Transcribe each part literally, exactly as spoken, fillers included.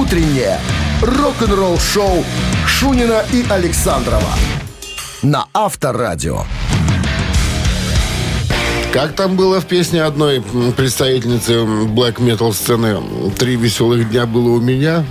утреннее рок-н-ролл-шоу Шунина и Александрова на Авторадио. Как там было в песне одной представительницы блэк-метал сцены? «Три веселых дня было у меня».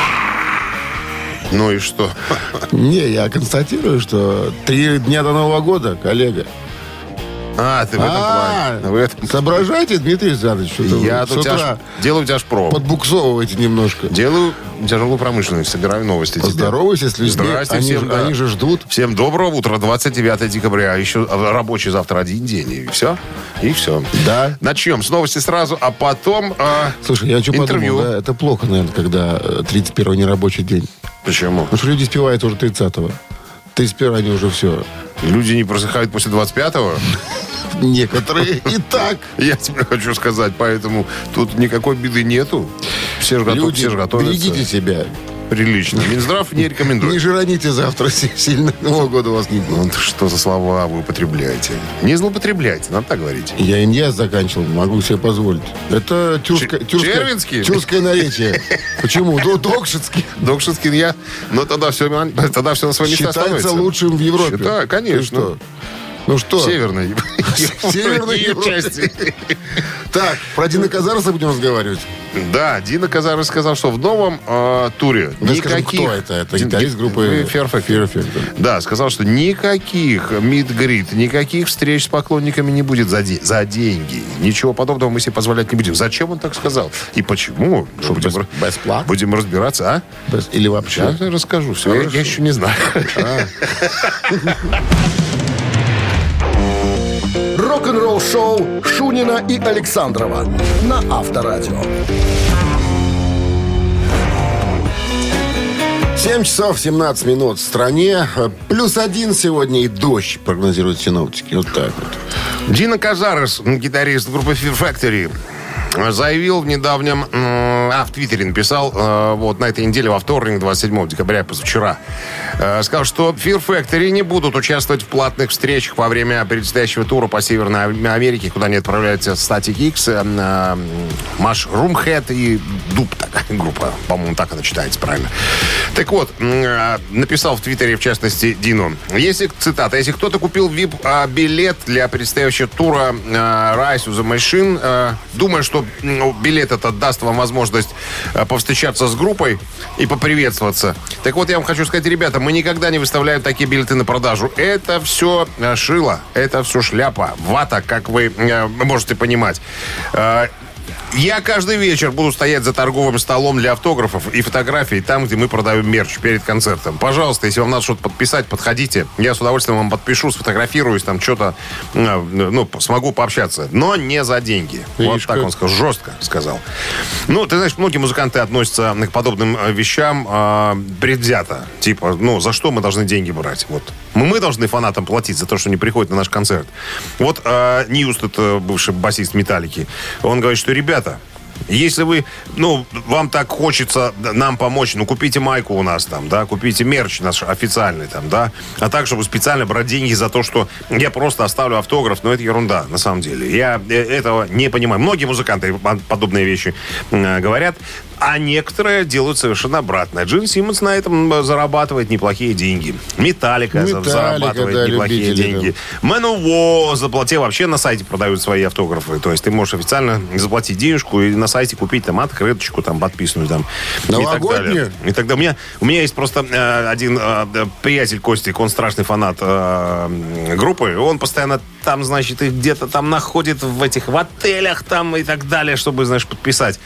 Ну и что? Не, я констатирую, что три дня до Нового года, коллега. А, ты в этом плане. В этом... Соображайте, Дмитрий Александрович, что Я с тут утра тяж... делаю тяжпро. подбуксовывайте немножко. Делаю тяжелую промышленность, собираю новости. Поздоровайся с людьми. Здрасте, они, всем, же, да. они же ждут. Всем доброго утра, двадцать девятое декабря. Еще рабочий завтра один день. И все. И все. Да. Начнем с новости сразу, а потом э, Слушай, я что интервью. подумал, да, это плохо, наверное, когда тридцать первого нерабочий день. Почему? Потому что люди спевают уже тридцатого. тридцать первого они уже все. Люди не просыхают после двадцать пятого? Некоторые и так. Я тебе хочу сказать, поэтому тут никакой беды нету. Все же готовы, все же готовятся. Берегите себя. Прилично. Минздрав не рекомендует. Не жираните завтра сильно. Нового года у вас не будет. Ну, что за слова вы употребляете? Не злоупотребляйте, надо так говорить. Я иньяз заканчивал, могу себе позволить. Это тюркское, тюркское, Червинский? тюркское наречие. Почему? Ну, Докшинский. Докшинский я. Но тогда все, тогда все на свои места Считается становится. лучшим в Европе. Да, конечно. Ты что? Ну что? В северной. В северной ее Европе. части. Так, про Дина Казараса будем разговаривать. Да, Дина Казарас сказал, что в новом э, туре Ну, скажем, никаких... кто это? Это Дин- гитарист группы Fear Factory. Fear Factory. Да, сказал, что никаких мид-грид, никаких встреч с поклонниками не будет за, де- за деньги. Ничего подобного мы себе позволять не будем. Зачем он так сказал? И почему? Что, будем, без- бесплатно? будем разбираться, а? Без- Или вообще? Сейчас я расскажу. Все, я, я еще не знаю. Рок-н-ролл-шоу Шунина и Александрова на Авторадио. семь часов семнадцать минут в стране. Плюс один сегодня и дождь, прогнозируют синоптики. Вот так вот. Дина Казарас, гитарист группы Fear Factory, заявил в недавнем, а в Твиттере написал, вот на этой неделе, во вторник, двадцать седьмого декабря, позавчера, сказал, что Fear Factory не будут участвовать в платных встречах во время предстоящего тура по Северной Америке, куда они отправляются Static X, Mushroom Head и Дуб, такая группа, по-моему, так она читается правильно. Так вот, написал в Твиттере, в частности, Дину, если, цитата, если кто-то купил ви ай пи-билет для предстоящего тура Rise of the Machine, думая, что ну, билет этот даст вам возможность э, повстречаться с группой и поприветствоваться. Так вот, я вам хочу сказать, ребята, мы никогда не выставляем такие билеты на продажу. Это все э, шило, это все шляпа, вата, как вы э, можете понимать. Э, Я каждый вечер буду стоять за торговым столом для автографов и фотографий там, где мы продаем мерч перед концертом. Пожалуйста, если вам надо что-то подписать, подходите. Я с удовольствием вам подпишу, сфотографируюсь, там что-то, ну, смогу пообщаться. Но не за деньги. Видишь, вот так как... он сказал, жестко сказал. Ну, ты знаешь, многие музыканты относятся к подобным вещам э, предвзято. Типа, ну, за что мы должны деньги брать? Вот. Мы должны фанатам платить за то, что они приходят на наш концерт. Вот э, Ньюст, это бывший басист Металлики, он говорит, что, ребята, если вы, ну, вам так хочется нам помочь, ну, купите майку у нас там, да, купите мерч наш официальный там, да, а так, чтобы специально брать деньги за то, что я просто оставлю автограф, ну, это ерунда, на самом деле. Я этого не понимаю. Многие музыканты подобные вещи э, говорят, а некоторые делают совершенно обратно. Джин Симмонс на этом зарабатывает неплохие деньги. Металлика, Металлика, зарабатывает да, неплохие любители, деньги. Manowar заплатил, вообще на сайте продают свои автографы. То есть ты можешь официально заплатить денежку и на сайте купить там открыточку там подписанную там. Новогоднюю? И тогда у меня, у меня есть просто э, один э, приятель Костик, он страшный фанат э, группы. Он постоянно там, значит, их где-то там находит в этих в отелях там и так далее, чтобы, знаешь, подписать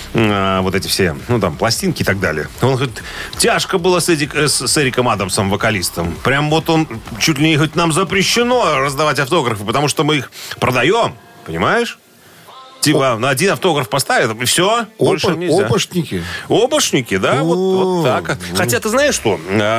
э, вот эти все, ну там, пластинки и так далее. Он говорит, тяжко было с, Эдик, с, с Эриком Адамсом, вокалистом. Прям вот он чуть ли не говорит, нам запрещено раздавать автографы, потому что мы их продаем, понимаешь? Типа, на один автограф поставят, и все, больше Опа- нельзя. Опошники? Опошники, да, вот, вот так. Хотя, ты знаешь что?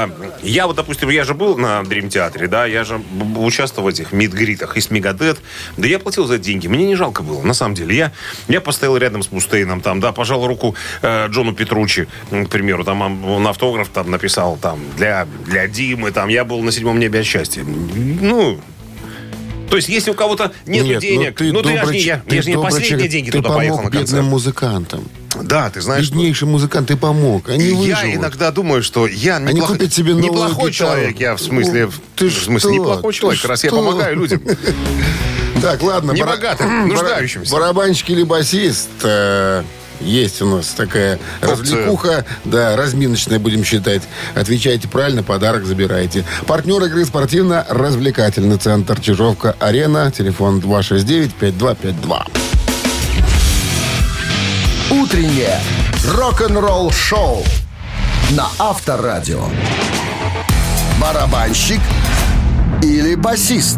Я вот, допустим, я же был на Дрим Театре, да, я же участвовал в этих мид-гритах и с Мегадет. Да я платил за это деньги, мне не жалко было, на самом деле. Я, я постоял рядом с Мустейном, там, да, пожал руку э, Джону Петруччи, к примеру, там он автограф там написал, там, для, для Димы, там, я был на седьмом небе от счастья. Ну... То есть, если у кого-то нет Нет, денег... ты ну, ты, я же добрый, не, я, ты я же не добрый последние человек, деньги ты туда поехал на помог бедным концерт. музыкантам. Да, ты знаешь, Беднейший музыкант, ты помог. Они И выживут. я иногда думаю, что я Они неплох- купят себе новую неплохой гитару. человек. Я в смысле, О, ты в смысле что? неплохой Ты человек. Раз я что? помогаю людям. Так, ладно. Не бара- богатым, нуждающимся. Барабанщик или басист? э, Есть у нас такая Опция. развлекуха. Да, разминочная, будем считать. Отвечайте правильно, подарок забираете. Партнер игры спортивно-развлекательный центр Чижовка-Арена. Телефон два шесть девять пять два пять два. Утреннее рок-н-ролл-шоу на Авторадио. Барабанщик или басист?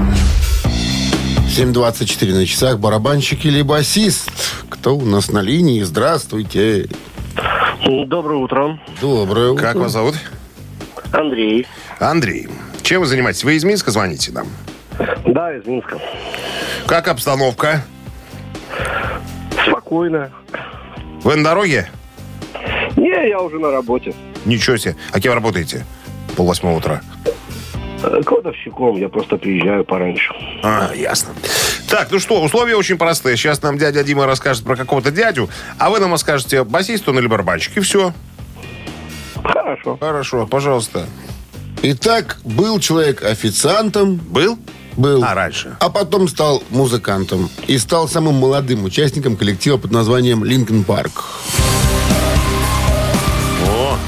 семь двадцать четыре на часах. Барабанщик или басист? Кто у нас на линии? Здравствуйте. Доброе утро. Доброе утро. Как вас зовут? Андрей. Андрей. Чем вы занимаетесь? Вы из Минска звоните нам? Да, из Минска. Как обстановка? Спокойно. Вы на дороге? Не, я уже на работе. Ничего себе. А кем работаете? Пол восьмого утра. Э, Кладовщиком. Я просто приезжаю пораньше. А, ясно. Так, ну что, условия очень простые. Сейчас нам дядя Дима расскажет про какого-то дядю, а вы нам расскажете, басист он или барабанщик. И все. Хорошо. Хорошо, пожалуйста. Итак, был человек официантом. Был? Был. А раньше? А потом стал музыкантом. И стал самым молодым участником коллектива под названием «Линкин Парк». О,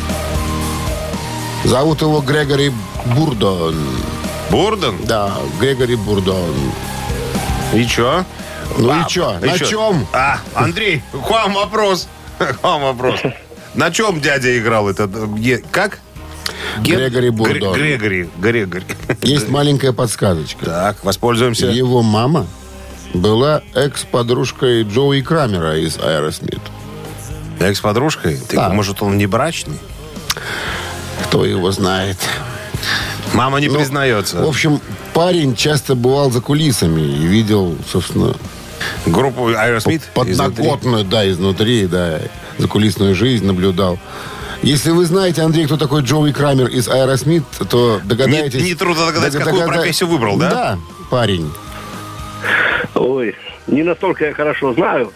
Зовут его Грегори Бурдон. Бурден? Да, Грегори Бурдон. И чё? Ну А, и чё? и На чё? чем? А, Андрей, к вам вопрос. К вам вопрос. На чем дядя играл этот? Ге- Как? Ге- Грегори Бурдон. Гре- Грегори. Грегори. Есть маленькая подсказочка. Так, воспользуемся. Его мама была экс-подружкой Джоуи Крамера из Aerosmith. Экс-подружкой? Ты, Да. может, он не брачный? Кто его знает? Мама не Ну, признается. В общем, парень часто бывал за кулисами и видел, собственно, Группу Aerosmith? подноготную, да, изнутри, да, закулисную жизнь наблюдал. Если вы знаете, Андрей, кто такой Джоуи Крамер из Aerosmith, то догадаетесь... Не- нетрудно догадаться, какую профессию выбрал, да? Да, парень. Ой, не настолько я хорошо знаю.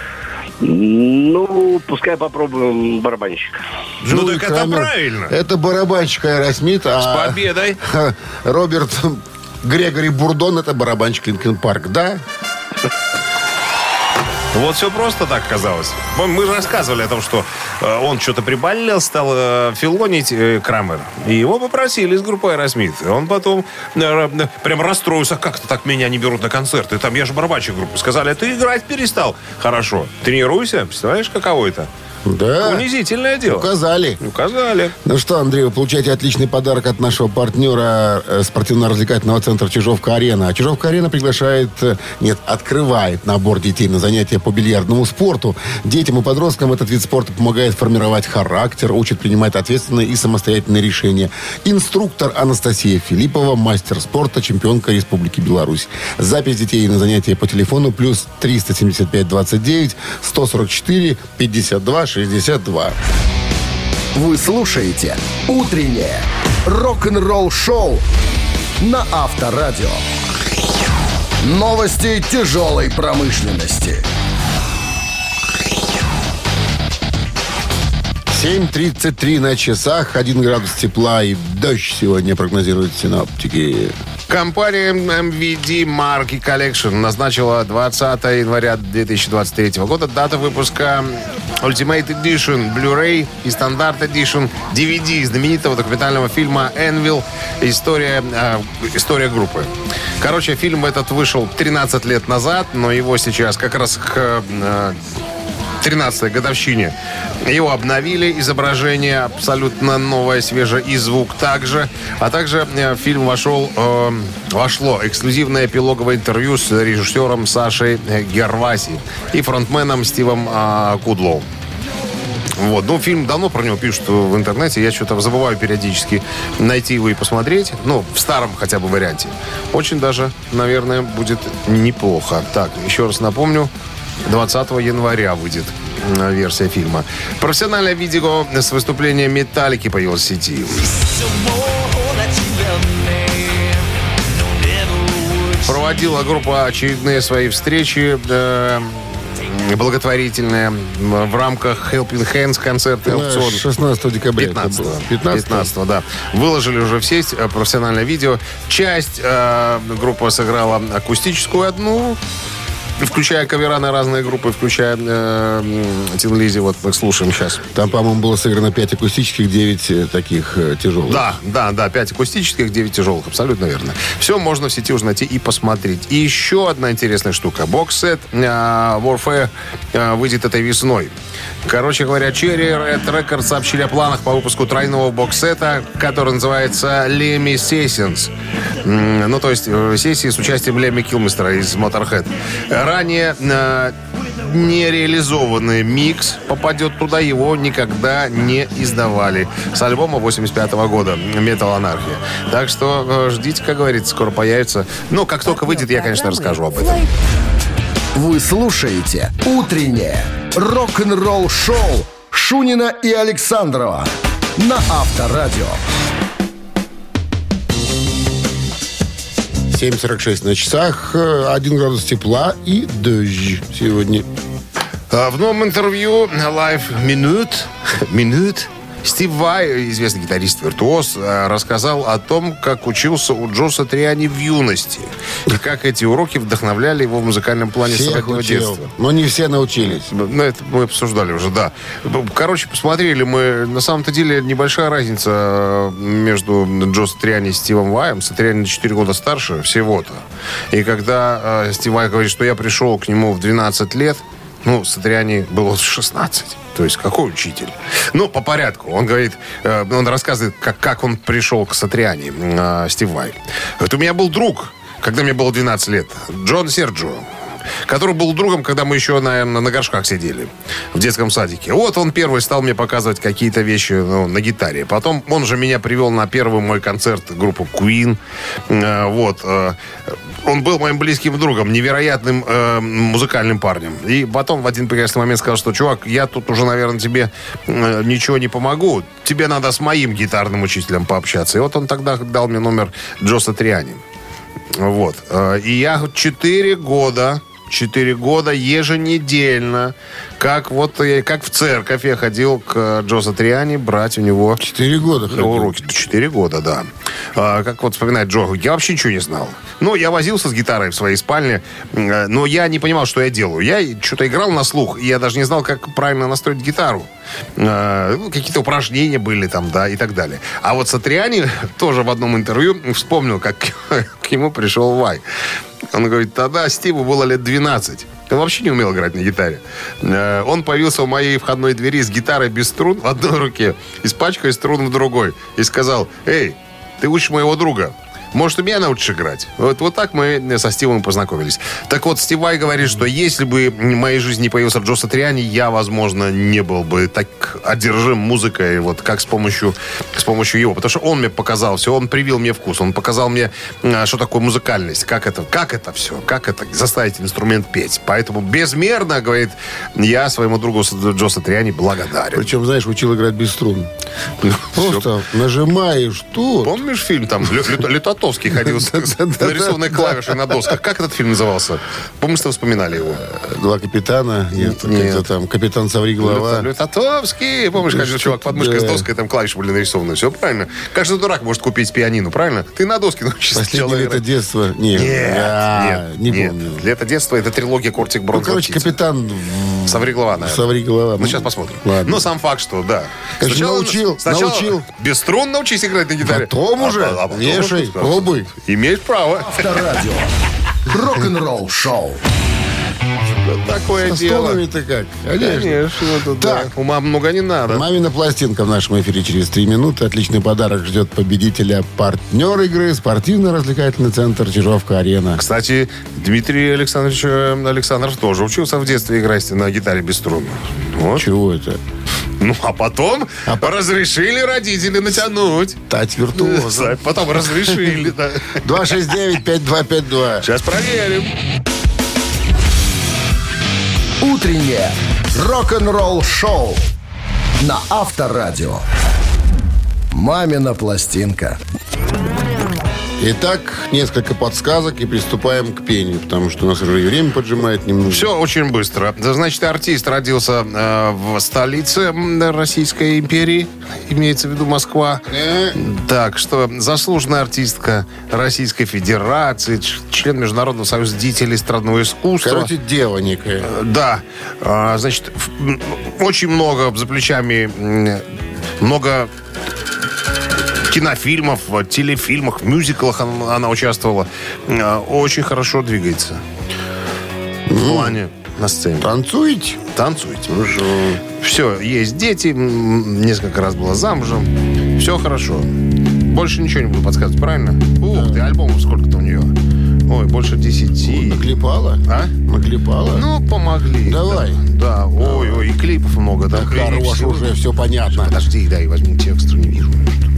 Ну, пускай попробуем барабанщика. Ну, Джоуи так это Крамер правильно. Это барабанщик Aerosmith, С а победой. Роберт Грегори Бурдон — это барабанщик Линкин Парк, да? Вот все просто так оказалось. Мы- Мы же рассказывали о том, что э, он что-то приболел, стал э, филонить э, Крамер. И его попросили из группы Aerosmith. И он потом э, э, прям расстроился. Как-то так меня не берут на концерты. Там я же барабанщик группы. Сказали, ты играть перестал. Хорошо. Тренируйся. Представляешь, каково это? Да. Унизительное дело. Указали. Указали. Ну что, Андрей, вы получаете отличный подарок от нашего партнера э, спортивно-развлекательного центра «Чижовка-Арена». А «Чижовка-Арена» приглашает, э, нет, открывает набор детей на занятия по бильярдному спорту. Детям и подросткам этот вид спорта помогает формировать характер, учит принимать ответственные и самостоятельные решения. Инструктор Анастасия Филиппова, мастер спорта, чемпионка Республики Беларусь. Запись детей на занятия по телефону плюс триста семьдесят пять двадцать девять сто сорок четыре пятьдесят два шестьдесят два. Вы слушаете «Утреннее рок-н-ролл-шоу» на Авторадио. Новости тяжелой промышленности. семь тридцать три на часах, один градус тепла и дождь сегодня прогнозируют синоптики. Компания эм ви ди Marquee Collection назначила двадцатого января две тысячи двадцать третьего года дату выпуска Ultimate Edition Blu-ray и Standard Edition ди ви ди знаменитого документального фильма «Anvil. История, э, история группы». Короче, фильм этот вышел тринадцать лет назад, но его сейчас как раз к э, тринадцатой годовщине его обновили, изображение абсолютно новое, свежее, и звук также. А также э, в фильм вошел, э, вошло эксклюзивное эпилоговое интервью с режиссером Сашей Герваси и фронтменом Стивом э, Кудлоу. Вот. Ну, фильм давно про него пишут в интернете. Я что-то забываю периодически найти его и посмотреть. Ну, в старом хотя бы варианте. Очень даже, наверное, будет неплохо. Так, еще раз напомню. двадцатого января выйдет э, версия фильма. Профессиональное видео с выступлением Металлики появилось в сети. Проводила группа очередные свои встречи. Э, благотворительное в рамках Helping Hands концерта и аукцион. шестнадцатого декабря. пятнадцатого. пятнадцатого? пятнадцатого, да. Выложили уже в сеть профессиональное видео. Часть э, группа сыграла акустическую одну, включая кавера на разные группы, включая э, Тин Лизи. Вот мы слушаем сейчас. Там, по-моему, было сыграно пять акустических, девять э, таких э, тяжелых. Да, да, да, пять акустических, девять тяжелых. Абсолютно верно. Все можно в сети уже найти и посмотреть. И еще одна интересная штука. Бокс-сет э, Warfare э, выйдет этой весной. Короче говоря, Cherry Red Records сообщили о планах по выпуску тройного бокс-сета, который называется Lemmy Sessions. Ну, то есть э, сессии с участием Лемми Килмистера из Motorhead. Ранее э, нереализованный микс попадет туда, его никогда не издавали. С альбома восемьдесят пятого года Metal Anarchy. Так что э, ждите, как говорится, скоро появится. Ну, как только выйдет, я, конечно, расскажу об этом. Вы слушаете «Утреннее рок-н-ролл-шоу» Шунина и Александрова на Авторадио. семь сорок шесть на часах, один градус тепла и дождь сегодня. А в новом интервью Live Minute, Minute Стив Vai, известный гитарист-виртуоз, рассказал о том, как учился у Джо Сатриани в юности. И как эти уроки вдохновляли его в музыкальном плане с раннего детства. Но не все научились. Ну, это мы обсуждали уже, да. Короче, посмотрели мы. На самом-то деле небольшая разница между Джо Сатриани и Стивом Ваем. Сатриани на четыре года старше всего-то. И когда э, Стив Vai говорит, что я пришел к нему в двенадцать лет, ну, Сатриани было шестнадцать. То есть какой учитель? Ну, по порядку. Он говорит, э, он рассказывает, как, как он пришел к Сатриани, э, Стив Vai. Это у меня был друг, когда мне было двенадцать лет. Джон Серджио, который был другом, когда мы еще, наверное, на горшках сидели в детском садике. Вот он первый стал мне показывать какие-то вещи, ну, на гитаре. Потом он же меня привел на первый мой концерт группы Queen. Э, вот. Э, он был моим близким другом, невероятным э, музыкальным парнем. И потом в один прекрасный момент сказал, что, чувак, я тут уже, наверное, тебе э, ничего не помогу. Тебе надо с моим гитарным учителем пообщаться. И вот он тогда дал мне номер Джо Сатриани. Вот. Э, и я четыре года... Четыре года еженедельно, как вот как в церковь я ходил к Джо Сатриани брать у него Четыре года ходил. уроки. Четыре года, да. А, как вот вспоминает Джо, я вообще ничего не знал. Ну, я возился с гитарой в своей спальне, но я не понимал, что я делаю. Я что-то играл на слух, и я даже не знал, как правильно настроить гитару. А, ну, какие-то упражнения были там, да, и так далее. А вот Сатриани тоже в одном интервью вспомнил, как к нему пришел Вай. Он говорит, тогда Стиву было лет двенадцать. Он вообще не умел играть на гитаре. Он появился у моей входной двери с гитарой без струн в одной руке и с пачкой струн в другой. И сказал, эй, ты учишь моего друга. Может, и меня научишь играть? Вот, вот так мы со Стивом познакомились. Так вот, Стив Vai говорит, что если бы в моей жизни не появился Джо Сатриани, я, возможно, не был бы так одержим музыкой, вот как с помощью, с помощью его. Потому что он мне показал все, он привил мне вкус, он показал мне, что такое музыкальность, как это, как это все, как это заставить инструмент петь. Поэтому безмерно, говорит, я своему другу Джо Сатриани благодарен. Причем, знаешь, учил играть без струн. Просто нажимаешь тут. Помнишь фильм там Лютотовский ходил с нарисованной клавишей на досках? Как этот фильм назывался? Помнишь, что вспоминали его? Два капитана. Нет, Нет. там капитан Соври голова. Лютотовский. Помнишь, ходил чувак под мышкой с доской, там клавиши были нарисованы. Все правильно. Каждый дурак может купить пианино, правильно? Ты на доске научишься. Последнее лето детства. Нет, Нет, не нет. помню. Лето детства — это трилогия Кортик Ну, Бронзовая короче, птица. капитан Соври голова, наверное. Соври голова. Ну, сейчас посмотрим. Ладно. Но сам факт, что, да. Конечно, научил, сначала научил. без струн научись играть на гитаре. Потом уже, а, а потом вешай, уже, пробуй. Имеешь право. Авторадио. Рок-н-ролл шоу. Такое С дело. тонами-то как? Конечно. Конечно. Тут, Так. да. Ума много не надо. Мамина пластинка в нашем эфире через три минуты. Отличный подарок ждет победителя. Партнер игры — спортивно-развлекательный центр «Чижовка-арена». Кстати, Дмитрий Александрович э, Александров тоже учился в детстве играть на гитаре без струн. Вот. Чего это? Ну, а потом разрешили родители натянуть. Тать виртуозом. Потом разрешили, да. два шесть девять пять два пять два. Сейчас проверим. Утреннее рок-н-ролл шоу на Авторадио. Мамина пластинка. Итак, несколько подсказок и приступаем к пению, потому что у нас уже и время поджимает немного. Все очень быстро. Значит, артист родился э, в столице Российской империи, имеется в виду Москва. Э? Так, что заслуженная артистка Российской Федерации, член Международного союза деятелей эстрадного искусства. Короче, дева некая. Э, да. Э, значит, в, очень много за плечами, много кинофильмов, телефильмах, мюзиклах она, она участвовала. Очень хорошо двигается. В плане на сцене. Танцуете? Танцуете. Хорошо. Все, есть дети, несколько раз была замужем. Все хорошо. Больше ничего не буду подсказывать, правильно? Ух да. Ты, альбомов сколько-то у нее. Ой, больше десяти. Наклепала? А? Наклепала? Ну, помогли. Давай. Да, да. Ой, ой, и клипов много. Да, хорош, все. Уже все понятно. Подожди, дай, возьму текст, не вижу.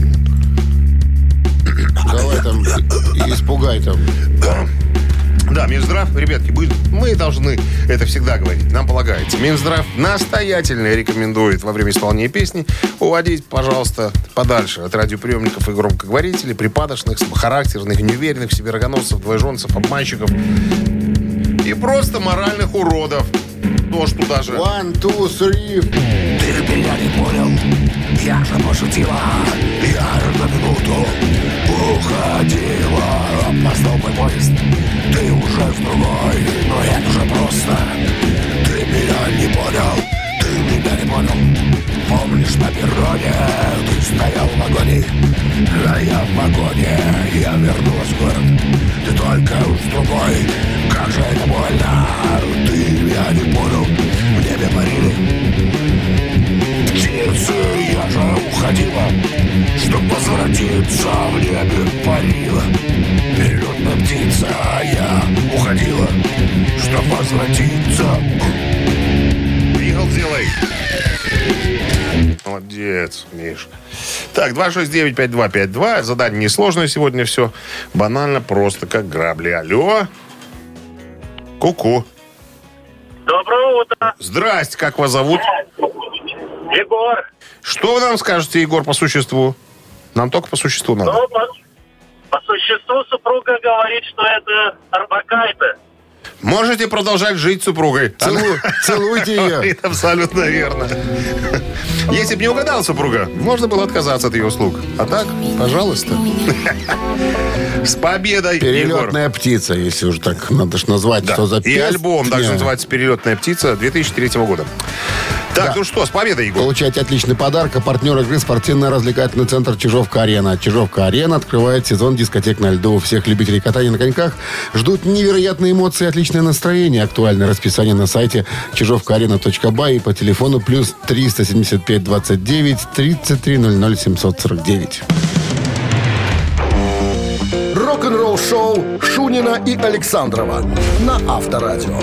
Давай там, испугай там. Да. Да, Минздрав, ребятки, мы должны это всегда говорить, нам полагается. Минздрав настоятельно рекомендует во время исполнения песни уводить, пожалуйста, подальше от радиоприемников и громкоговорителей, припадочных, слабохарактерных, неуверенных в себе рогоносцев, двоеженцев, обманщиков и просто моральных уродов. Тоже туда же. One, two, three. Ты меня не понял, я же пошутила. Я на минуту уходила. Опоздал мой поезд, ты уже в другой. Но это же просто. Ты меня не понял, ты меня не понял. Помнишь, на перроне ты стоял в вагоне, а я в вагоне. Я вернулась в город, ты только уж другой. Как же это больно, ты меня не понял. В небе парили птицы, я же уходила, чтоб возвратиться. В небе парила перелетная птица, я уходила, чтоб возвратиться. Игл делай. Молодец, Миш. Так, два шесть девять пять два пять два. Задание несложное сегодня, все банально, просто как грабли. Алло. Ку-ку. Доброе утро. Здрасте, как вас зовут? Егор. Что вы нам скажете, Егор, по существу? Нам только по существу надо. Ну, по, по существу супруга говорит, что это арбакайте. Можете продолжать жить с супругой. Целу... Целуйте ее. Это абсолютно верно. Если бы не угадала супруга, можно было отказаться от ее услуг. А так, пожалуйста. С победой, Перелетная Егор. птица, если уже так надо ж назвать, Да. что за И песня. альбом также называется «Перелетная птица» две тысячи третьего года. Так, Да. ну что, с победой, Егор. Получайте отличный подарок. А партнер игры спортивно-развлекательный центр «Чижовка-арена». «Чижовка-арена» открывает сезон дискотек на льду. Всех любителей катания на коньках ждут невероятные эмоции и отличное настроение. Актуальное расписание на сайте чижовка арена точка бай и по телефону плюс триста семьдесят пять двадцать девять тридцать три ноль ноль семьсот сорок девять. Рок-н-ролл шоу Шунина и Александрова на Авторадио.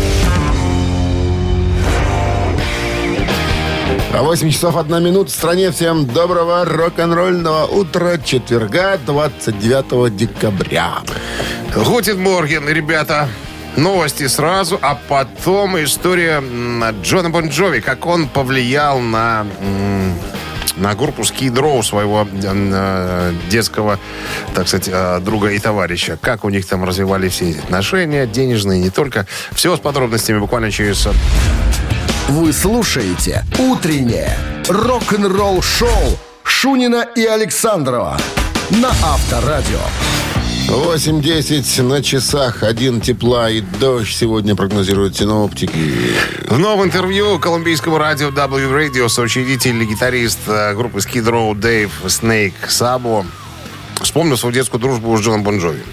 А восемь часов одна минута в стране. Всем доброго рок-н-ролльного утра четверга, двадцать девятого декабря. Гутен Морген, ребята. Новости сразу, а потом история Джона Бон Джови, как он повлиял на, на группу Skid Row, своего э, детского, так сказать, э, друга и товарища. Как у них там развивались все эти отношения, денежные, не только. Все с подробностями буквально через... Вы слушаете «Утреннее рок-н-ролл-шоу» Шунина и Александрова на Авторадио. восемь десять на часах. Один тепла и дождь сегодня прогнозируют синоптики. В новом интервью колумбийскому радио дабл ю Radio соучредитель и гитарист группы Skid Row Дэйв Снейк Сабо вспомнил свою детскую дружбу с Джоном Бон Джови.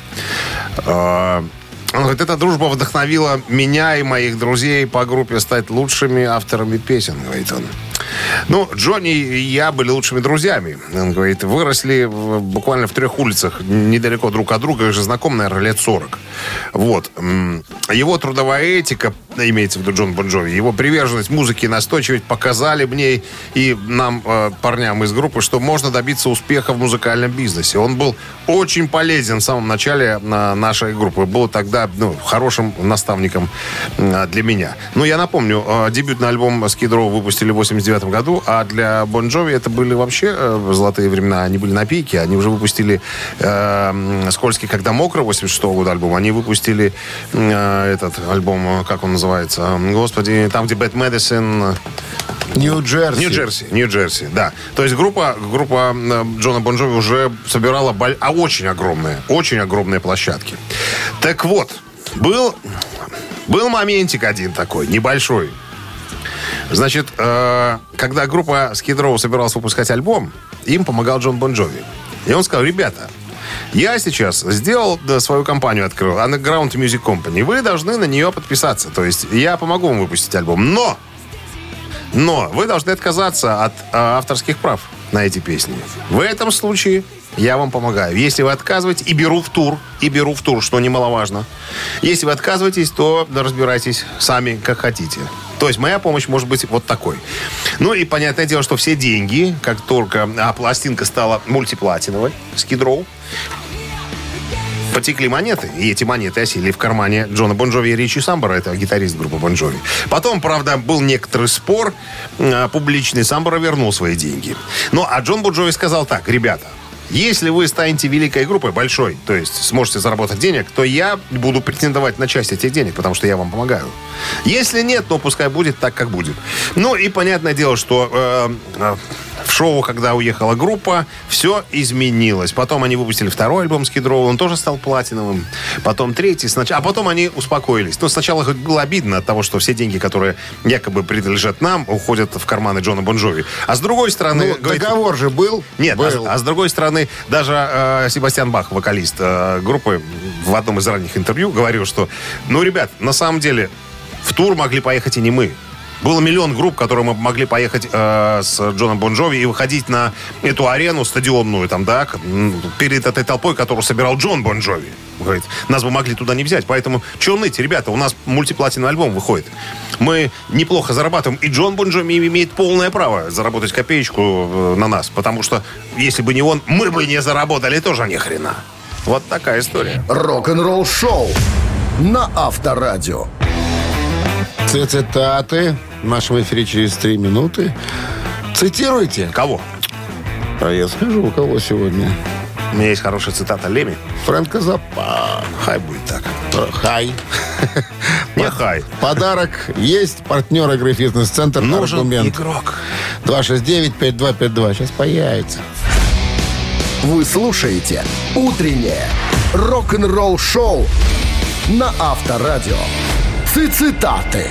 Он говорит, эта дружба вдохновила меня и моих друзей по группе стать лучшими авторами песен, говорит он. Ну, Джонни и я были лучшими друзьями. Он говорит, выросли буквально в трех улицах, недалеко друг от друга, уже знакомы, наверное, лет сорок. Вот. Его трудовая этика имеется в виду Джон Бон Джови, его приверженность музыке и настойчивость показали мне и нам, э, парням из группы, что можно добиться успеха в музыкальном бизнесе. Он был очень полезен в самом начале на нашей группы. Был тогда ну, хорошим наставником э, для меня. Ну, я напомню, э, дебютный альбом Skid Row выпустили в восемьдесят девятом году, а для Бон Джови это были вообще э, золотые времена. Они были на пике. Они уже выпустили э, «Скользкий, когда мокро», восемьдесят шестого года альбом. Они выпустили э, этот альбом, как он называется? Господи, там, где Bad Medicine... Нью-Джерси. Нью-Джерси, Нью-Джерси, да. То есть группа, группа Джона Бон Джови уже собирала боль... а очень огромные, очень огромные площадки. Так вот, был, был моментик один такой, небольшой. Значит, э, когда группа Skid Row собиралась выпускать альбом, им помогал Джон Бон Джови. И он сказал: ребята, я сейчас сделал, да, свою компанию открыл, Underground Music Company. Вы должны на нее подписаться. То есть я помогу вам выпустить альбом. Но, но вы должны отказаться от а, авторских прав на эти песни. В этом случае я вам помогаю. Если вы отказываетесь, и беру в тур, и беру в тур, что немаловажно. Если вы отказываетесь, то разбирайтесь сами, как хотите. То есть моя помощь может быть вот такой. Ну и понятное дело, что все деньги, как только а, пластинка стала мультиплатиновой, Skid Row, потекли монеты, и эти монеты осели в кармане Джона Бон Джови и Ричи Самбора, это гитарист группы Бон Джови. Потом, правда, был некоторый спор, а, публичный, Самбора вернул свои деньги. Ну, а Джон Бон Джови сказал так: ребята, если вы станете великой группой, большой, то есть сможете заработать денег, то я буду претендовать на часть этих денег, потому что я вам помогаю. Если нет, то пускай будет так, как будет. Ну и понятное дело, что э, э, в шоу, когда уехала группа, все изменилось. Потом они выпустили второй альбом Skid Row, он тоже стал платиновым. Потом третий, снач... а потом они успокоились. Ну, сначала хоть было обидно от того, что все деньги, которые якобы принадлежат нам, уходят в карманы Джона Бон Джови. А с другой стороны... Ну, говорит... договор же был. Нет, был. А, а с другой стороны, даже э, Себастьян Бах, вокалист э, группы, в одном из ранних интервью говорил, что, ну, ребят, на самом деле, в тур могли поехать и не мы. Было миллион групп, которые мы могли поехать э, с Джоном Бон Джови и выходить на эту арену стадионную, там, да, перед этой толпой, которую собирал Джон Бон Джови. Говорит, нас бы могли туда не взять. Поэтому, чё ныть, ребята, у нас мультиплатиновый альбом выходит. Мы неплохо зарабатываем, и Джон Бон Джови имеет полное право заработать копеечку на нас. Потому что, если бы не он, мы бы не заработали тоже ни хрена. Вот такая история. Рок-н-ролл шоу на Авторадио. Цитаты в нашем эфире через три минуты. Цитируйте. Кого? А я скажу, у кого сегодня. У меня есть хорошая цитата Леми. Фрэнка Заппа. Хай будет так. Хай. Не хай. Подарок есть. Партнер игры «Фитнес-центр». Нужен Аргумент. игрок. два шесть девять пять два пять два. Сейчас появится. Вы слушаете «Утреннее рок-н-ролл-шоу» на Авторадио. Цитаты.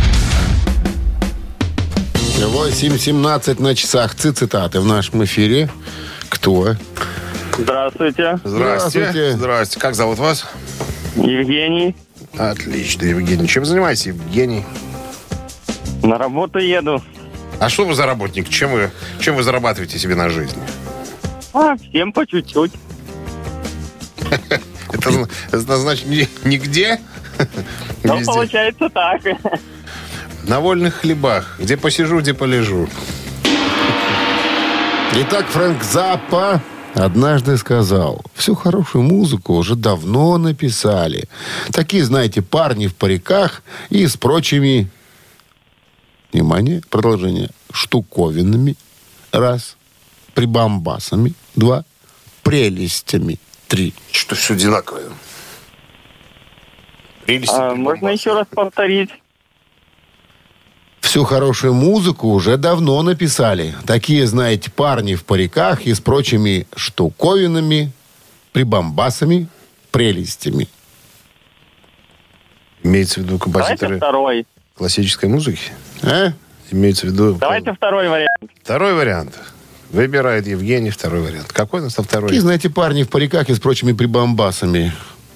восемь семнадцать на часах. Цитаты в нашем эфире. Кто? Здравствуйте. Здрасте. Здравствуйте. Здрасте. Как зовут вас? Евгений. Отлично, Евгений. Чем занимаетесь, Евгений? На работу еду. А что вы за работник? Чем вы, чем вы зарабатываете себе на жизнь? А, всем по чуть-чуть. Это, это значит ни- нигде? Ну, Везде. получается так. На вольных хлебах. Где посижу, где полежу. Итак, Фрэнк Заппа однажды сказал: всю хорошую музыку уже давно написали. Такие, знаете, парни в париках и с прочими, внимание, продолжение, штуковинами, раз, прибамбасами, два, прелестями, три. Что все одинаковое. Прелести, А, можно еще раз повторить? Всю хорошую музыку уже давно написали. Такие, знаете, парни в париках и с прочими штуковинами, прибамбасами, прелестями. Имеется в виду Давайте композиторы второй. классической музыки? А? Имеется в виду... Давайте второй вариант. Второй вариант. Выбирает Евгений второй вариант. Какой у нас там второй? Такие, знаете, парни в париках и с прочими прибамбасами.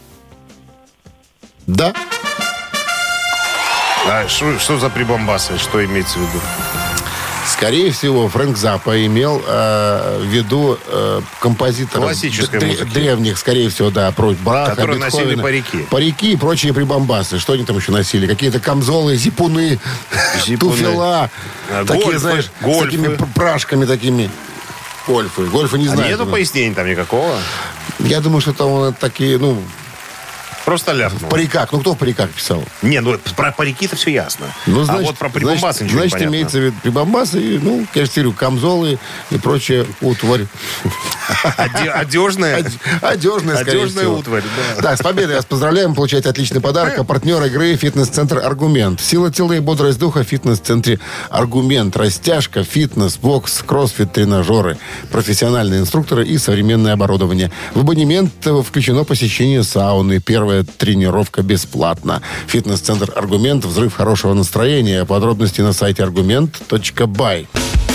Да? А что, что за прибамбасы? Что имеется в виду? Скорее всего, Фрэнк Заппа имел э, в виду э, композиторов классической д- музыки. древних, скорее всего, да, про Браха, которые Бетховена. носили парики. Парики и прочие прибамбасы. Что они там еще носили? Какие-то камзолы, зипуны, Зипуны. туфела. А, такие, гольфы, знаешь, гольфы. с такими пр- пряжками такими. Гольфы. Гольфы не А знаю. нету ну. пояснений там никакого? Я думаю, что там он такие, ну, Просто в ляпнул. париках. Ну, кто в париках писал? Не, ну про парики-то все ясно. Ну, а значит, вот про прибамбасы значит, ничего значит, не понятно. имеется в виду прибамбасы, и, ну, конечно, говорю, камзолы и прочее утварь. Оде- Одежная. Од- Одежная, скорее Одежная всего. утварь, да. Так, с победой вас поздравляем. Получаете отличный подарок. А партнер игры «Фитнес-центр Аргумент». Сила тела и бодрость духа в фитнес-центре Аргумент. Растяжка, фитнес, бокс, кроссфит, тренажеры, профессиональные инструкторы и современное оборудование. В абонемент включено посещение сауны. Первая тренировка бесплатно. Фитнес-центр «Аргумент». Взрыв хорошего настроения. Подробности на сайте аргумент точка бай.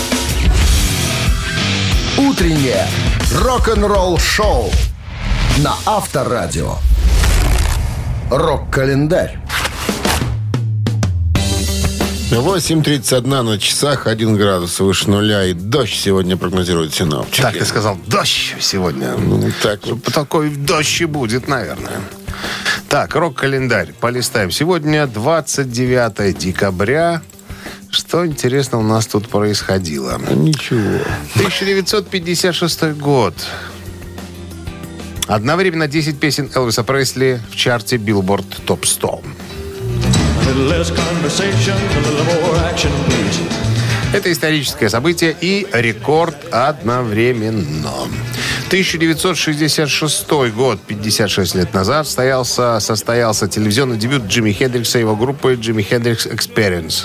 Утреннее рок-н-ролл-шоу на Авторадио. Рок-календарь. восемь тридцать один на часах, один градус выше нуля, и дождь сегодня прогнозируют синоптики. Так, ты сказал, дождь сегодня. Ну, так вот. Такой дождь и будет, наверное. Так, рок-календарь. Полистаем. Сегодня двадцать девятое декабря. Что интересно у нас тут происходило? Ничего. тысяча девятьсот пятьдесят шестой год. Одновременно десять песен Элвиса Пресли в чарте Billboard топ сто. Это историческое событие и рекорд одновременно. тысяча девятьсот шестьдесят шестой год, пятьдесят шесть лет назад, состоялся, состоялся телевизионный дебют Джимми Хендрикса и его группы Jimi Hendrix Experience.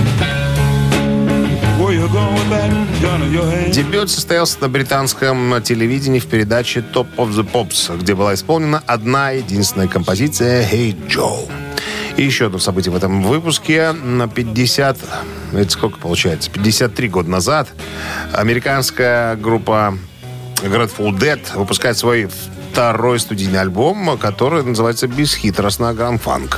Дебют состоялся на британском телевидении в передаче Top of the Pops, где была исполнена одна единственная композиция «Hey Joe». И еще одно событие в этом выпуске. На пятьдесят... Это сколько получается? пятьдесят три года назад американская группа Grateful Dead выпускает свой второй студийный альбом, который называется «Бесхитростно гранд-фанк».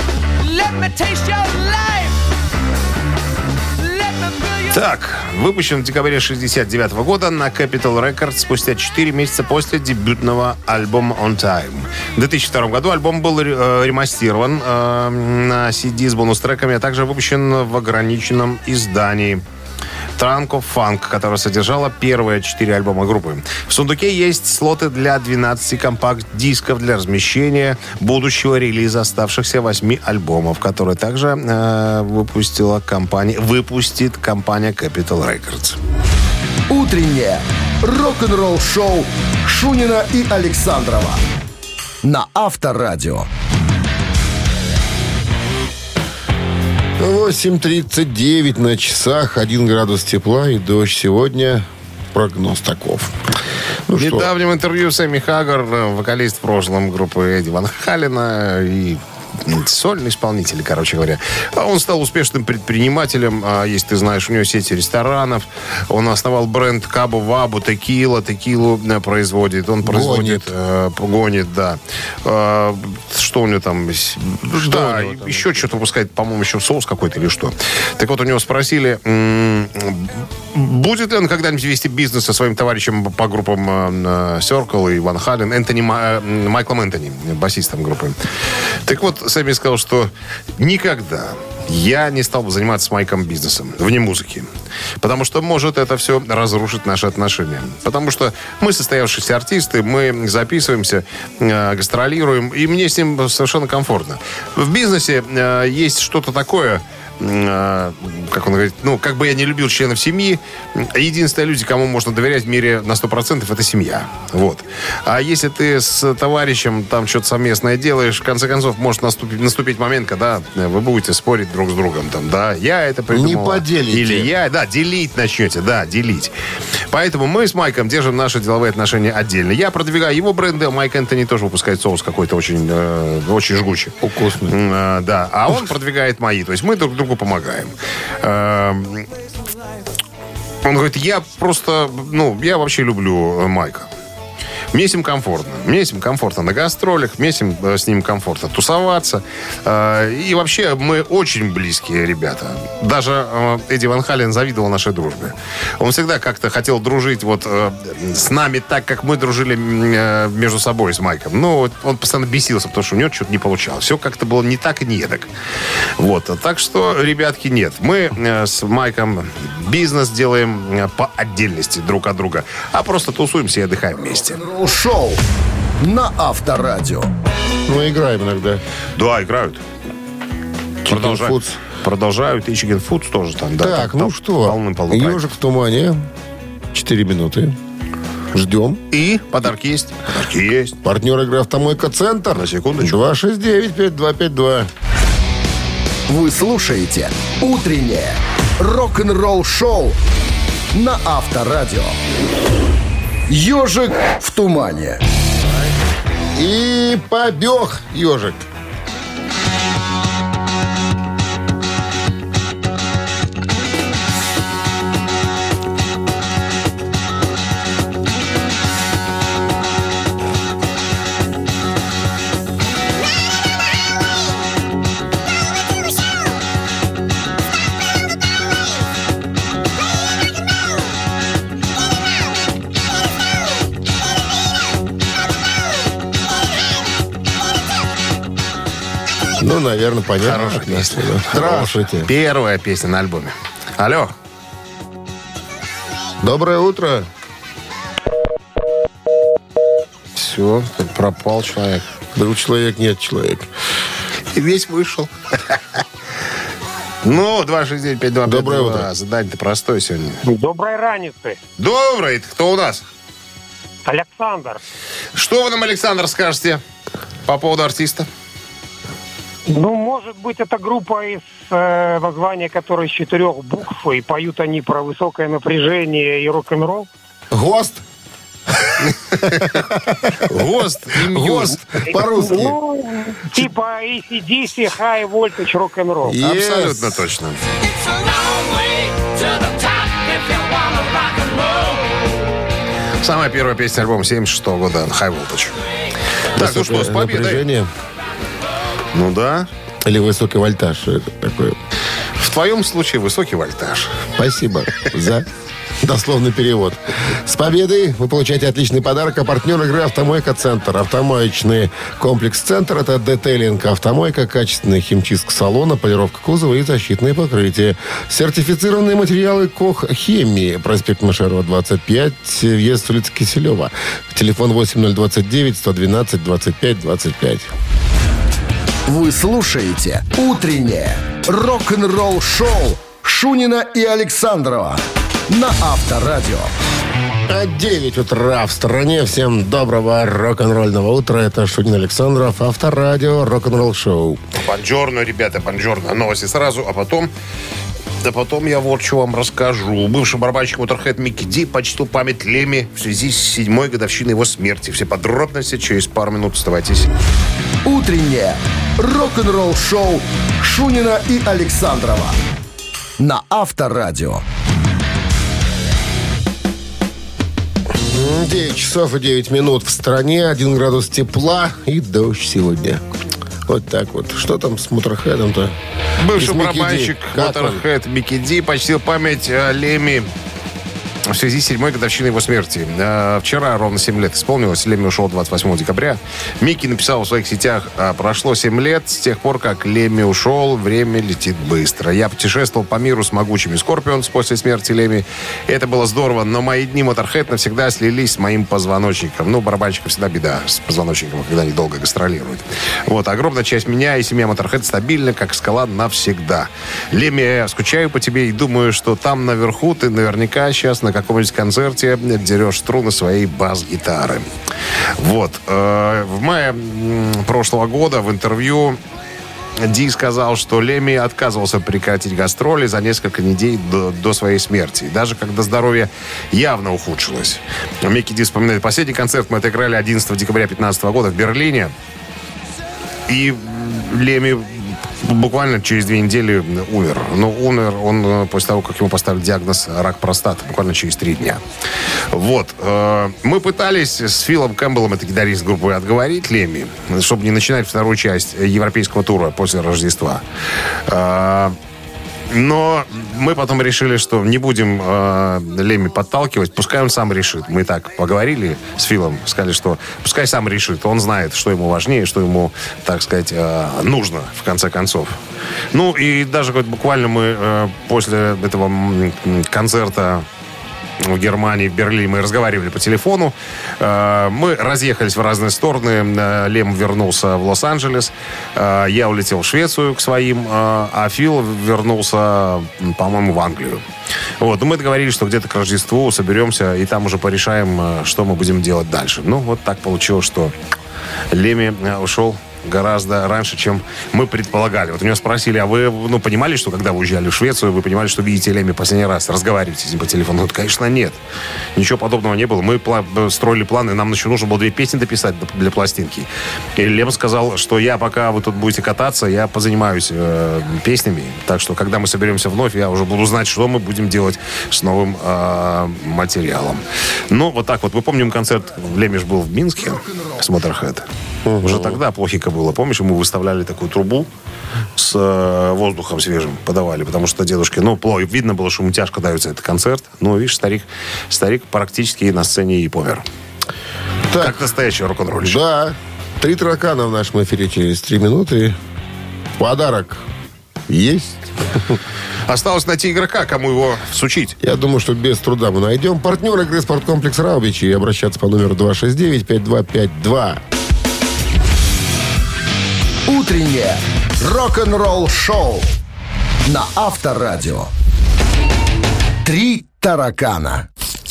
Так, выпущен в декабре шестьдесят девятого года на Capitol Records спустя четыре месяца после дебютного альбома On Time. В две тысячи втором году альбом был э, ремастирован э, на си ди с бонус-треками, а также выпущен в ограниченном издании Trunk of Funk, которая содержала первые четыре альбома группы. В сундуке есть слоты для двенадцати компакт-дисков для размещения будущего релиза оставшихся восьми альбомов, которые также э, выпустила компания, выпустит компания Capitol Records. Утреннее рок-н-ролл-шоу Шунина и Александрова на Авторадио. восемь тридцать девять на часах, один градус тепла и дождь. Сегодня прогноз таков. Ну В что, недавнем интервью Сэмми Хаггар, вокалист в прошлом группы Эдди Ван Халена и сольный исполнитель, короче говоря. Он стал успешным предпринимателем. Если ты знаешь, у него сеть ресторанов. Он основал бренд Кабу Вабу, текила, текилу производит. Он производит, Гонит. э, гонит, да. Э, что у него там? Да, у него там? еще что-то выпускает, по-моему, еще соус какой-то или что. Так вот, у него спросили, м- будет ли он когда-нибудь вести бизнес со своим товарищем по группам э, Circle и Ван Хален, Энтони, Ма- Майклом Энтони, басистом группы. Так вот, Сэмми сказал, что никогда я не стал бы заниматься с Майком бизнесом вне музыки. Потому что может это все разрушить наши отношения. Потому что мы состоявшиеся артисты, мы записываемся, э, гастролируем, и мне с ним совершенно комфортно. В бизнесе э, есть что-то такое, э, как он говорит, ну, как бы я не любил членов семьи, единственные люди, кому можно доверять в мире на сто процентов, это семья. Вот. А если ты с товарищем там что-то совместное делаешь, в конце концов, может наступить, наступить момент, когда вы будете спорить друг с другом. Там, да, я это придумал. Не поделите. Или я, да, делить начнете, да, делить. Поэтому мы с Майком держим наши деловые отношения отдельно. Я продвигаю его бренды, а Майк Энтони тоже выпускает соус какой-то очень, э, очень жгучий. Вкусный. Э, да, а он продвигает мои. То есть мы друг другу помогаем. Э, он говорит, я просто, ну, я вообще люблю Майка. Мне с ним комфортно. Мне с ним комфортно на гастролях, мне с ним, с ним комфортно тусоваться. И вообще мы очень близкие ребята. Даже Эдди Ван Хален завидовал нашей дружбе. Он всегда как-то хотел дружить вот с нами так, как мы дружили между собой с Майком. Но он постоянно бесился, потому что у него что-то не получалось. Все как-то было не так и не эдак. Вот. Так что, ребятки, нет. Мы с Майком бизнес делаем по отдельности друг от друга, а просто тусуемся и отдыхаем вместе. Шоу на Авторадио. Ну, играем иногда. Да, играют. Продолжают. Продолжают. И Chicken Foods тоже там. Да, так, там, ну там что, полным-полно «Ежик в тумане». Четыре минуты. Ждем. И подарки есть. Подарки есть. Партнер игры «Автомойка Центр». На секундочку. два шесть девять пять два пять два. Вы слушаете «Утреннее рок-н-ролл-шоу» на Авторадио. «Ежик в тумане». И побег ежик. Ну, наверное, понятно. Хорошая песня. Здравствуйте. Первая песня на альбоме. Алло. Доброе утро. Все, пропал человек. Был человек, нет человека. И весь вышел. Ну, два шесть девять пять два пять два. Доброе утро. Задание-то простое сегодня. Доброй раницы. Доброе. Это кто у нас? Александр. Что вы нам, Александр, скажете по поводу артиста? Ну, может быть, это группа из э, названия которой из четырех букв, и поют они про высокое напряжение и рок-н-ролл. ГОСТ. ГОСТ. ГОСТ. По-русски. Ну, типа эй си ди си, High Voltage Rock-and-Roll. Yes. Абсолютно точно. Самая первая песня альбома семьдесят шестого года, High Voltage. Так, ну что, с победой. Напряжение. Ну да. Или высокий вольтаж. Что это такое? В твоем случае высокий вольтаж. Спасибо за дословный перевод. С победой! Вы получаете отличный подарок. А партнер игры «Автомойка Центр». Автомоечный комплекс «Центр» — это детейлинг «Автомойка», качественная химчистка салона, полировка кузова и защитные покрытия. Сертифицированные материалы «Кох Хемии». Проспект Машерова, двадцать пять, въезд с улицы Киселева. Телефон восемь ноль двадцать девять сто двенадцать двадцать пять двадцать пять. Вы слушаете «Утреннее рок-н-ролл-шоу» Шунина и Александрова на Авторадио. А девять утра в стране. Всем доброго рок-н-ролльного утра. Это Шунин Александров, Авторадио, рок-н-ролл шоу. Бонжорно, ребята, бонжорно. Новости сразу, а потом... Да потом я вот что вам расскажу. Бывший барабанщик Motorhead Микки Ди почтил память Лемми в связи с седьмой годовщиной его смерти. Все подробности через пару минут. Оставайтесь. Утреннее рок-н-ролл-шоу Шунина и Александрова на Авторадио. девять часов и девять минут в стране. один градус тепла и дождь сегодня. Вот так вот. Что там с Моторхедом-то? Бывший барабанщик Motorhead Микки Ди почтил память Лемми в связи с седьмой годовщиной его смерти. Вчера ровно семь лет исполнилось. Лемми ушел двадцать восьмого декабря. Микки написал в своих сетях: прошло семь лет с тех пор, как Лемми ушел. Время летит быстро. Я путешествовал по миру с могучими Скорпионс после смерти Лемми. Это было здорово, но мои дни Motorhead навсегда слились с моим позвоночником. Ну, барабанщикам всегда беда с позвоночником, когда они долго гастролируют. Вот, огромная часть меня и семья Motorhead стабильна, как скала, навсегда. Лемми, я скучаю по тебе и думаю, что там наверху ты наверняка сейчас на каком-нибудь концерте дерешь струны своей бас-гитары. Вот. В мае прошлого года в интервью Ди сказал, что Лемми отказывался прекратить гастроли за несколько недель до, до своей смерти. Даже когда здоровье явно ухудшилось. Микки Ди вспоминает: последний концерт мы отыграли одиннадцатого декабря две тысячи пятнадцатого года в Берлине. И Лемми буквально через две недели умер. Но умер он после того, как ему поставили диагноз рак простаты, буквально через три дня. Вот. Мы пытались с Филом Кэмпбеллом, это гитарист группы, отговорить Лемми, чтобы не начинать вторую часть европейского тура после Рождества. Но мы потом решили, что не будем э, Лемми подталкивать, пускай он сам решит. Мы так поговорили с Филом, сказали, что пускай сам решит. Он знает, что ему важнее, что ему, так сказать, э, нужно, в конце концов. Ну, и даже вот буквально мы э, после этого концерта в Германии, в Берлине, мы разговаривали по телефону. Мы разъехались в разные стороны. Лем вернулся в Лос-Анджелес. Я улетел в Швецию к своим, а Фил вернулся, по-моему, в Англию. Вот. Мы договорились, что где-то к Рождеству соберемся, и там уже порешаем, что мы будем делать дальше. Ну, вот так получилось, что Лемми ушел гораздо раньше, чем мы предполагали. Вот у него спросили, а вы ну, понимали, что когда вы уезжали в Швецию, вы понимали, что видите Лемми последний раз, разговариваете с ним по телефону? Ну, конечно, нет. Ничего подобного не было. Мы пла- строили планы, нам еще нужно было две песни дописать для пластинки. И Лем сказал, что я, пока вы тут будете кататься, я позанимаюсь э, песнями. Так что, когда мы соберемся вновь, я уже буду знать, что мы будем делать с новым э, материалом. Ну, вот так вот. Мы помним концерт, Лемми ж был в Минске с Motorhead. Угу. Уже тогда плохенько было. Помнишь, мы выставляли такую трубу с э, воздухом свежим, подавали, потому что дедушке, ну, плохо, видно было, что ему тяжко дается этот концерт. Ну, видишь, старик, старик практически на сцене и помер. Так, как настоящий рок-н-ролльщик. Да. Три таракана в нашем эфире через три минуты. Подарок есть. Осталось найти игрока, кому его всучить. Я думаю, что без труда мы найдем. Партнер игры «Спорткомплекс Раубичи». И обращаться по номеру два шесть девять пять два пять два. Утреннее рок-н-ролл-шоу на Авторадио. Три таракана.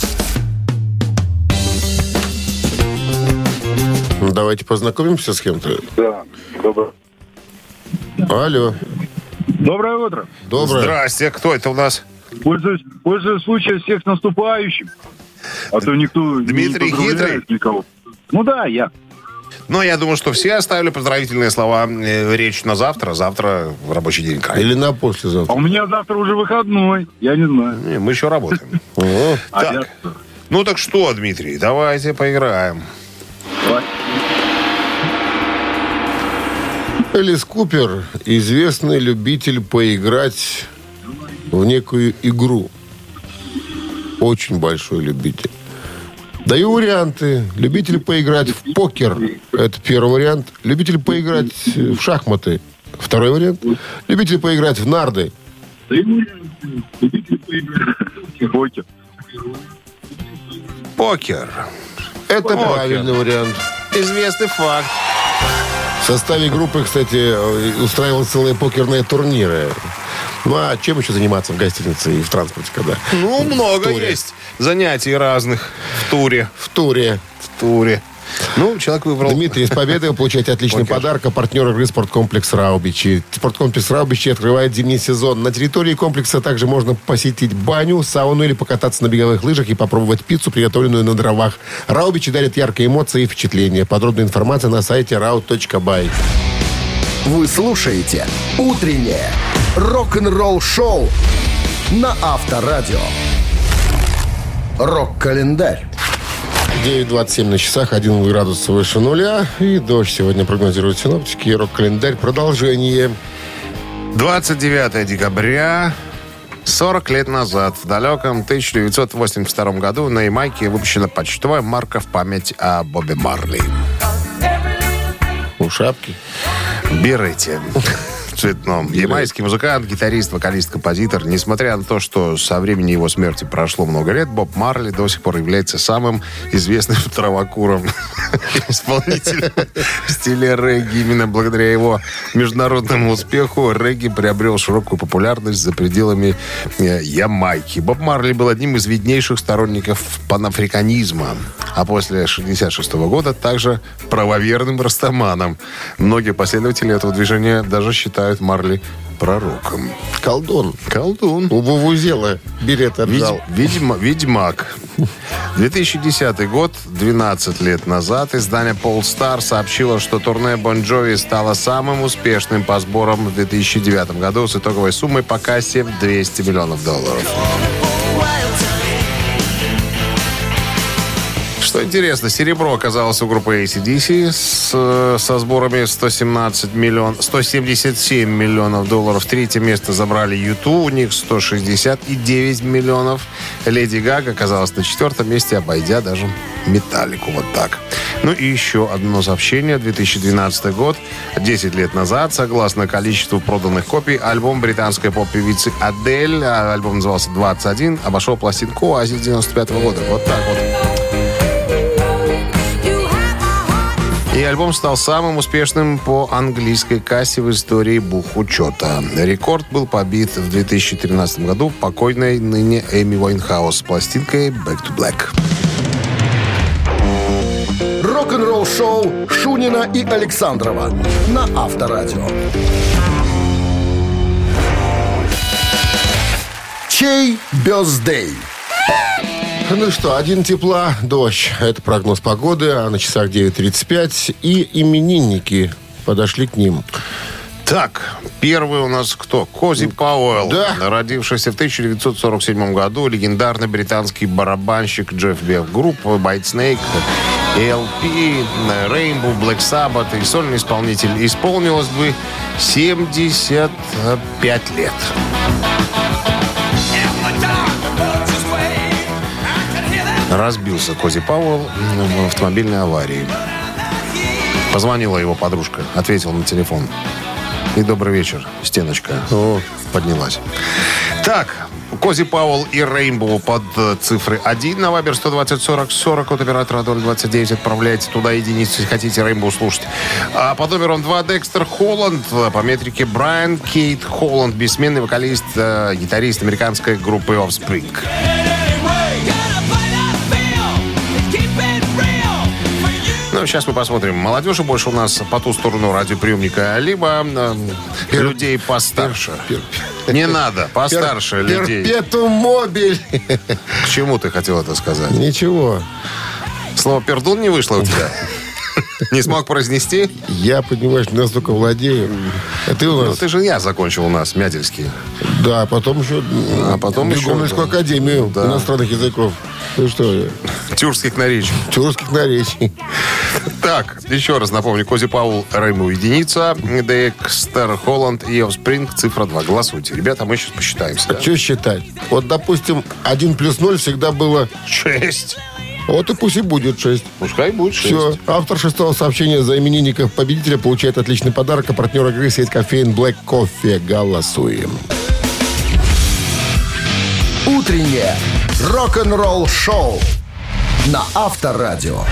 Давайте познакомимся с кем-то. Да, доброе. Алло. Доброе утро. Доброе. Здрасте, кто это у нас? Пользуясь, пользуясь случаем, всех с наступающим. А то никто Дмитрий не поздравляет Хитрый? никого. Ну да, я. Ну, я думаю, что все оставили поздравительные слова. Э, речь на завтра. Завтра в рабочий день край. Или на А послезавтра. у меня завтра уже выходной. Я не знаю. Не, мы еще работаем. О, А Так. я- Ну, так что, Дмитрий, давайте поиграем. Давай. Элис Купер – известный любитель поиграть в некую игру. Очень большой любитель. Даю варианты. Любитель поиграть в покер – это первый вариант. Любитель поиграть в шахматы – второй вариант. Любитель поиграть в нарды. Покер. Покер. Это Покер. правильный вариант. Известный факт. В составе группы, кстати, устраивал целые покерные турниры. Ну, а чем еще заниматься в гостинице и в транспорте, когда? Ну, много туре. есть занятий разных в туре. В туре. В туре. Ну, человек выбрал... Дмитрий, с победой вы получаете отличный Покер. подарок. А партнер игры «Спорткомплекс Раубичи». «Спорткомплекс Раубичи» открывает зимний сезон. На территории комплекса также можно посетить баню, сауну или покататься на беговых лыжах и попробовать пиццу, приготовленную на дровах. Раубичи дарит яркие эмоции и впечатления. Подробная информация на сайте рау точка бай. Вы слушаете «Утреннее рок-н-ролл-шоу» на Авторадио. Рок-календарь. девять двадцать семь на часах, один градус выше нуля. И дождь сегодня прогнозируют синоптики. Рок-календарь. Продолжение. двадцать девятого декабря, сорок лет назад, в далеком тысяча девятьсот восемьдесят втором году на Ямайке выпущена почтовая марка в память о Бобби Марли. У шапки. Берете. Цветном. Ямайский музыкант, гитарист, вокалист, композитор. Несмотря на то, что со времени его смерти прошло много лет, Боб Марли до сих пор является самым известным травокуром исполнителем в стиле регги. Именно благодаря его международному успеху регги приобрел широкую популярность за пределами э, Ямайки. Боб Марли был одним из виднейших сторонников панафриканизма, а после шестьдесят шестого года также правоверным растаманом. Многие последователи этого движения даже считают называют Марли пророком. Колдун. Колдун. У Вувузела билет отжал. Ведьма, ведьмак. две тысячи десятый год, двенадцать лет назад, издание Polestar сообщило, что турне Бон Джови стало самым успешным по сборам в две тысячи девятом году с итоговой суммой по кассе двести миллионов долларов. Что интересно, серебро оказалось у группы эй си ди си с, со сборами сто семнадцать миллионов, сто семьдесят семь миллионов долларов. Третье место забрали ю ту, у них сто шестьдесят девять миллионов. Леди Гага оказалась на четвертом месте, обойдя даже Металлику. Вот так. Ну и еще одно сообщение. две тысячи двенадцатый год, десять лет назад, согласно количеству проданных копий, альбом британской поп-певицы Адель, альбом назывался двадцать один, обошел пластинку Оазис девяносто пятого года. Вот так вот. И альбом стал самым успешным по английской кассе в истории бухучета. Рекорд был побит в две тысячи тринадцатом году покойной ныне Эми Уайнхаус с пластинкой «Back to Black». Рок-н-ролл-шоу Шунина и Александрова на Авторадио. Чей бёздей? Ну что, один тепла, дождь. Это прогноз погоды, а на часах девять тридцать пять. И именинники подошли к ним. Так, первый у нас кто? Кози Пауэлл. Да. Родившийся в тысяча девятьсот сорок седьмом году, легендарный британский барабанщик Джефф Бефф, группы White Snake, эл пи, Rainbow, Black Sabbath и сольный исполнитель. Исполнилось бы семьдесят пять лет. Разбился Кози Пауэлл в автомобильной аварии. Позвонила его подружка, ответил на телефон. И добрый вечер, стеночка. О, поднялась. Так, Кози Пауэлл и Рейнбоу под цифры один на Вайбер сто двадцать сорок сорок от оператора ноль двадцать девять. Отправляйте туда единицу, если хотите Рейнбоу слушать. А под номером два Декстер Холланд, по метрике Брайан Кейт Холланд, бессменный вокалист, э, гитарист американской группы Offspring. Ну, сейчас мы посмотрим. Молодежи больше у нас по ту сторону радиоприемника, либо э, Пер... людей постарше. Пер... Не надо, постарше Пер... людей. Перпетум мобиль. К чему ты хотел это сказать? Ничего. Слово «пердун» не вышло у тебя? Не смог произнести? Я, понимаешь, настолько владею. А ты у нас... Ну, ты же я закончил у нас, Мядельский. Да, потом еще... А потом еще... Бегомельскую да. академию да. иностранных языков. Ты что? Тюркских наречий. Тюркских наречий. Так, еще раз напомню. Кози Пауэлл, Рейнбоу единица, Декстер Холланд и Offspring цифра два. Голосуйте. Ребята, мы сейчас посчитаемся. А что считать? Вот, допустим, один плюс ноль всегда было... шесть. Вот и пусть и будет шесть. Пускай будет шесть. Все. Автор шестого сообщения за именинников победителя получает отличный подарок. А партнер игры сеть кофеин Black Coffee. Голосуем. Утреннее рок-н-ролл-шоу на Авторадио.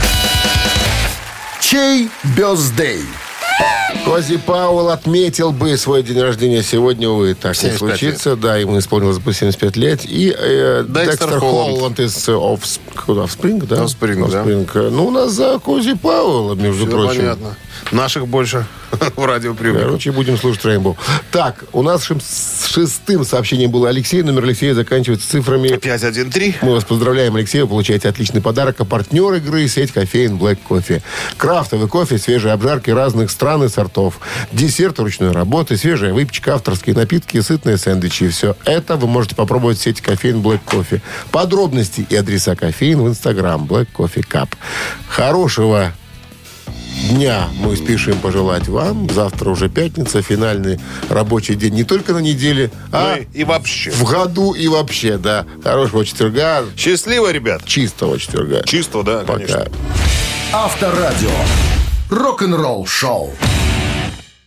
Чей бёздей? Кози Пауэлл отметил бы свой день рождения сегодня, увы, так не случится. Лет. Да, ему исполнилось бы семьдесят пять лет. И э, Декстер Холланд из Offspring, да? Offspring, Offspring. да. Ну, у нас за Кози Пауэлла, между Все прочим. Понятно. Наших больше в радиоприемнике. Короче, будем слушать Рейнбоу. Так, у нас с шестым сообщением было Алексей. Номер Алексея заканчивается цифрами... пять один три. Мы вас поздравляем, Алексей. Вы получаете отличный подарок. А партнер игры — сеть кофеин Black Coffee. Крафтовый кофе, свежие обжарки разных стран и сортов. Десерт ручной работы, свежая выпечка, авторские напитки, сытные сэндвичи. И все это вы можете попробовать в сети кофеин Black Coffee. Подробности и адреса кофеин в Инстаграм Black Coffee Cup. Хорошего дня мы спешим пожелать вам. Завтра уже пятница, финальный рабочий день не только на неделе, а ну, и вообще. В году и вообще, да. Хорошего четверга. Счастливо, ребят. Чистого четверга. Чистого, да, Пока. конечно. Авторадио. Рок-н-ролл шоу.